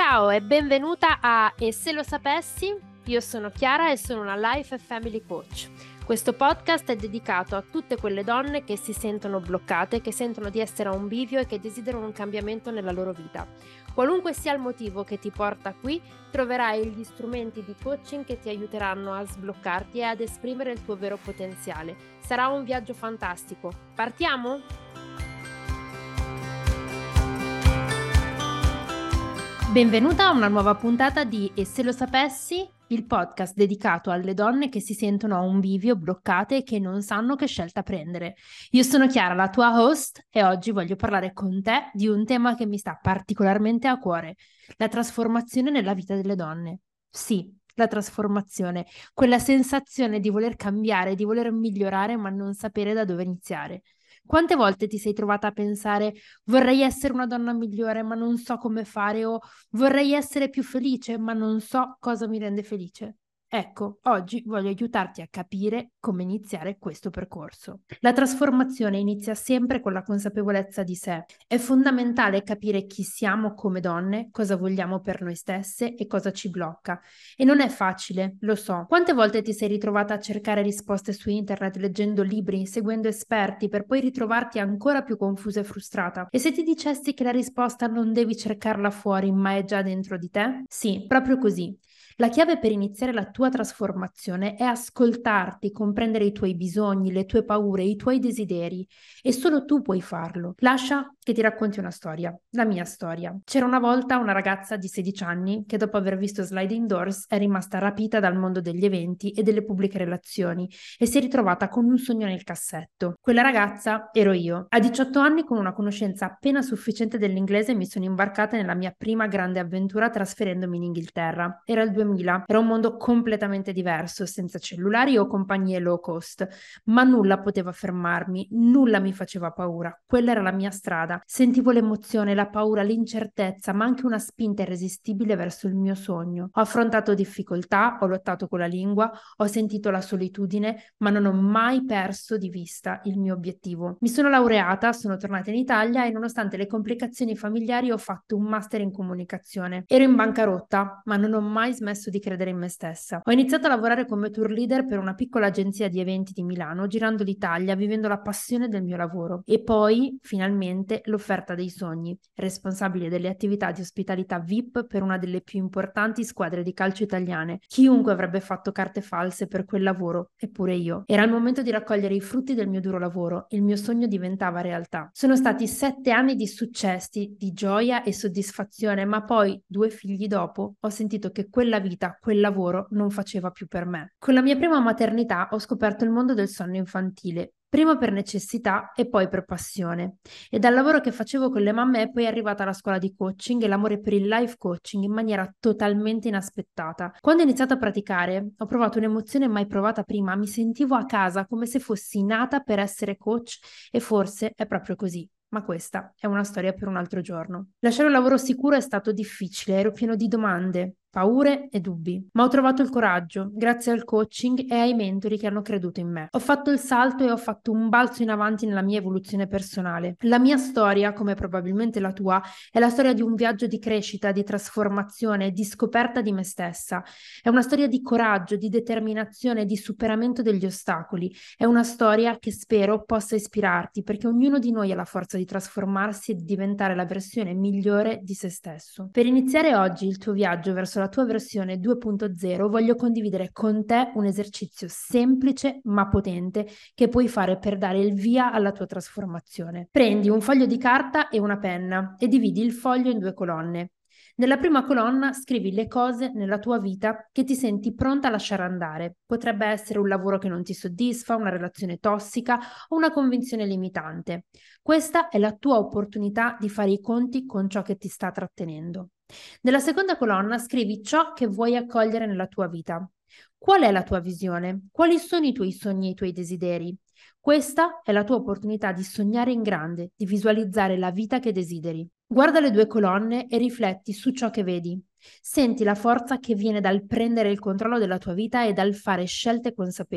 Ciao e benvenuta a E se lo sapessi? Io sono Chiara e sono una Life e Family Coach. Questo podcast è dedicato a tutte quelle donne che si sentono bloccate, che sentono di essere a un bivio e che desiderano un cambiamento nella loro vita. Qualunque sia il motivo che ti porta qui, troverai gli strumenti di coaching che ti aiuteranno a sbloccarti e ad esprimere il tuo vero potenziale. Sarà un viaggio fantastico. Partiamo? Benvenuta a una nuova puntata di E se lo sapessi, il podcast dedicato alle donne che si sentono a un bivio, bloccate e che non sanno che scelta prendere. Io sono Chiara, la tua host, e oggi voglio parlare con te di un tema che mi sta particolarmente a cuore, la trasformazione nella vita delle donne. Sì, la trasformazione, quella sensazione di voler cambiare, di voler migliorare, ma non sapere da dove iniziare. Quante volte ti sei trovata a pensare vorrei essere una donna migliore, ma non so come fare, o vorrei essere più felice, ma non so cosa mi rende felice? Ecco, oggi voglio aiutarti a capire come iniziare questo percorso. La trasformazione inizia sempre con la consapevolezza di sé. È fondamentale capire chi siamo come donne, cosa vogliamo per noi stesse e cosa ci blocca. E non è facile, lo so. Quante volte ti sei ritrovata a cercare risposte su internet, leggendo libri, seguendo esperti, per poi ritrovarti ancora più confusa e frustrata? E se ti dicessi che la risposta non devi cercarla fuori, ma è già dentro di te? Sì, proprio così. La chiave per iniziare la tua trasformazione è ascoltarti, comprendere i tuoi bisogni, le tue paure, i tuoi desideri, e solo tu puoi farlo. Lascia che ti racconti una storia, la mia storia. C'era una volta una ragazza di 16 anni che dopo aver visto Sliding Doors è rimasta rapita dal mondo degli eventi e delle pubbliche relazioni e si è ritrovata con un sogno nel cassetto. Quella ragazza ero io. A 18 anni, con una conoscenza appena sufficiente dell'inglese, mi sono imbarcata nella mia prima grande avventura trasferendomi in Inghilterra. Era il 2000, era un mondo completamente diverso, senza cellulari o compagnie low cost, ma nulla poteva fermarmi, nulla mi faceva paura. Quella era la mia strada. Sentivo l'emozione, la paura, l'incertezza, ma anche una spinta irresistibile verso il mio sogno. Ho affrontato difficoltà, ho lottato con la lingua, ho sentito la solitudine, ma non ho mai perso di vista il mio obiettivo. Mi sono laureata, sono tornata in Italia e nonostante le complicazioni familiari ho fatto un master in comunicazione. Ero in bancarotta, ma non ho mai smesso di credere in me stessa. Ho iniziato a lavorare come tour leader per una piccola agenzia di eventi di Milano, girando l'Italia, vivendo la passione del mio lavoro. E poi, finalmente, l'offerta dei sogni, responsabile delle attività di ospitalità VIP per una delle più importanti squadre di calcio italiane. Chiunque avrebbe fatto carte false per quel lavoro, eppure io. Era il momento di raccogliere i frutti del mio duro lavoro. Il mio sogno diventava realtà. Sono stati 7 anni di successi, di gioia e soddisfazione, ma poi, 2 figli dopo, ho sentito che quella vita, quel lavoro non faceva più per me. Con la mia prima maternità ho scoperto il mondo del sonno infantile. Prima per necessità e poi per passione. E dal lavoro che facevo con le mamme è poi arrivata la scuola di coaching e l'amore per il life coaching in maniera totalmente inaspettata. Quando ho iniziato a praticare, ho provato un'emozione mai provata prima, mi sentivo a casa come se fossi nata per essere coach e forse è proprio così. Ma questa è una storia per un altro giorno. Lasciare un lavoro sicuro è stato difficile, ero pieno di domande, paure e dubbi, ma ho trovato il coraggio, grazie al coaching e ai mentori che hanno creduto in me. Ho fatto il salto e ho fatto un balzo in avanti nella mia evoluzione personale. La mia storia, come probabilmente la tua, è la storia di un viaggio di crescita, di trasformazione, di scoperta di me stessa. È una storia di coraggio, di determinazione, di superamento degli ostacoli. È una storia che spero possa ispirarti, perché ognuno di noi ha la forza di trasformarsi e di diventare la versione migliore di se stesso. Per iniziare oggi il tuo viaggio verso la tua versione 2.0, voglio condividere con te un esercizio semplice ma potente che puoi fare per dare il via alla tua trasformazione. Prendi un foglio di carta e una penna e dividi il foglio in 2 colonne. Nella prima colonna scrivi le cose nella tua vita che ti senti pronta a lasciare andare. Potrebbe essere un lavoro che non ti soddisfa, una relazione tossica o una convinzione limitante. Questa è la tua opportunità di fare i conti con ciò che ti sta trattenendo. Nella seconda colonna scrivi ciò che vuoi accogliere nella tua vita. Qual è la tua visione? Quali sono i tuoi sogni e i tuoi desideri? Questa è la tua opportunità di sognare in grande, di visualizzare la vita che desideri. Guarda le 2 colonne e rifletti su ciò che vedi. Senti la forza che viene dal prendere il controllo della tua vita e dal fare scelte consapevoli.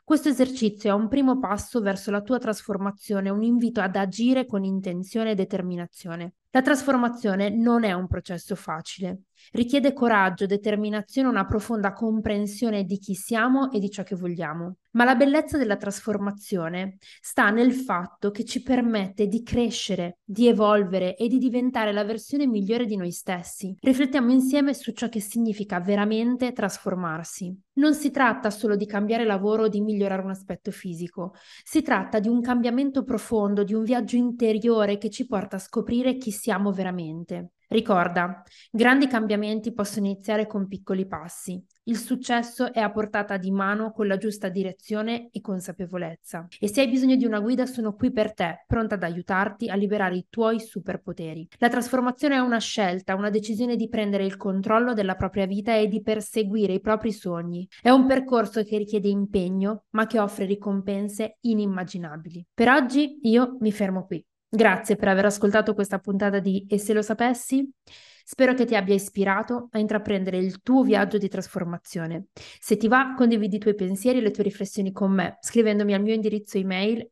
Questo esercizio è un primo passo verso la tua trasformazione, un invito ad agire con intenzione e determinazione. La trasformazione non è un processo facile, richiede coraggio, determinazione, una profonda comprensione di chi siamo e di ciò che vogliamo. Ma la bellezza della trasformazione sta nel fatto che ci permette di crescere, di evolvere e di diventare la versione migliore di noi stessi. Riflettiamo insieme su ciò che significa veramente trasformarsi. Non si tratta solo di cambiare lavoro o di migliorare un aspetto fisico, si tratta di un cambiamento profondo, di un viaggio interiore che ci porta a scoprire chi siamo veramente. Ricorda, grandi cambiamenti possono iniziare con piccoli passi. Il successo è a portata di mano con la giusta direzione e consapevolezza. E se hai bisogno di una guida, sono qui per te, pronta ad aiutarti a liberare i tuoi superpoteri. La trasformazione è una scelta, una decisione di prendere il controllo della propria vita e di perseguire i propri sogni. È un percorso che richiede impegno, ma che offre ricompense inimmaginabili. Per oggi io mi fermo qui. Grazie per aver ascoltato questa puntata di E se lo sapessi? Spero che ti abbia ispirato a intraprendere il tuo viaggio di trasformazione. Se ti va, condividi i tuoi pensieri e le tue riflessioni con me, scrivendomi al mio indirizzo email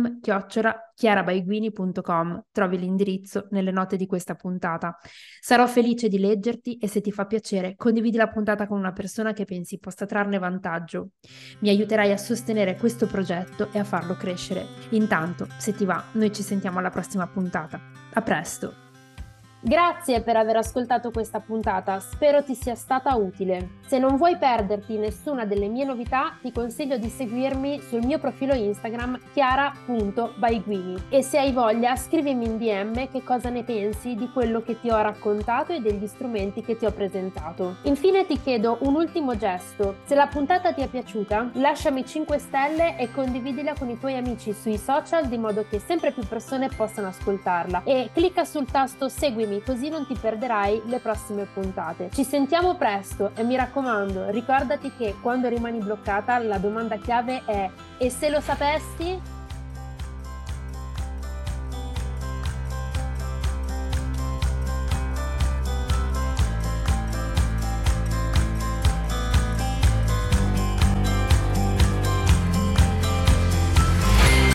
team@chiarabaiguini.com. Trovi l'indirizzo nelle note di questa puntata. Sarò felice di leggerti e se ti fa piacere, condividi la puntata con una persona che pensi possa trarne vantaggio. Mi aiuterai a sostenere questo progetto e a farlo crescere. Intanto, se ti va, noi ci sentiamo alla prossima puntata. A presto! Grazie per aver ascoltato questa puntata, spero ti sia stata utile. Se non vuoi perderti nessuna delle mie novità, ti consiglio di seguirmi sul mio profilo Instagram chiara.baiguini e se hai voglia scrivimi in DM che cosa ne pensi di quello che ti ho raccontato e degli strumenti che ti ho presentato. Infine ti chiedo un ultimo gesto, se la puntata ti è piaciuta, lasciami 5 stelle e condividila con i tuoi amici sui social di modo che sempre più persone possano ascoltarla e clicca sul tasto seguimi così non ti perderai le prossime puntate. Ci sentiamo presto e mi raccomando, ricordati che quando rimani bloccata la domanda chiave è: e se lo sapessi?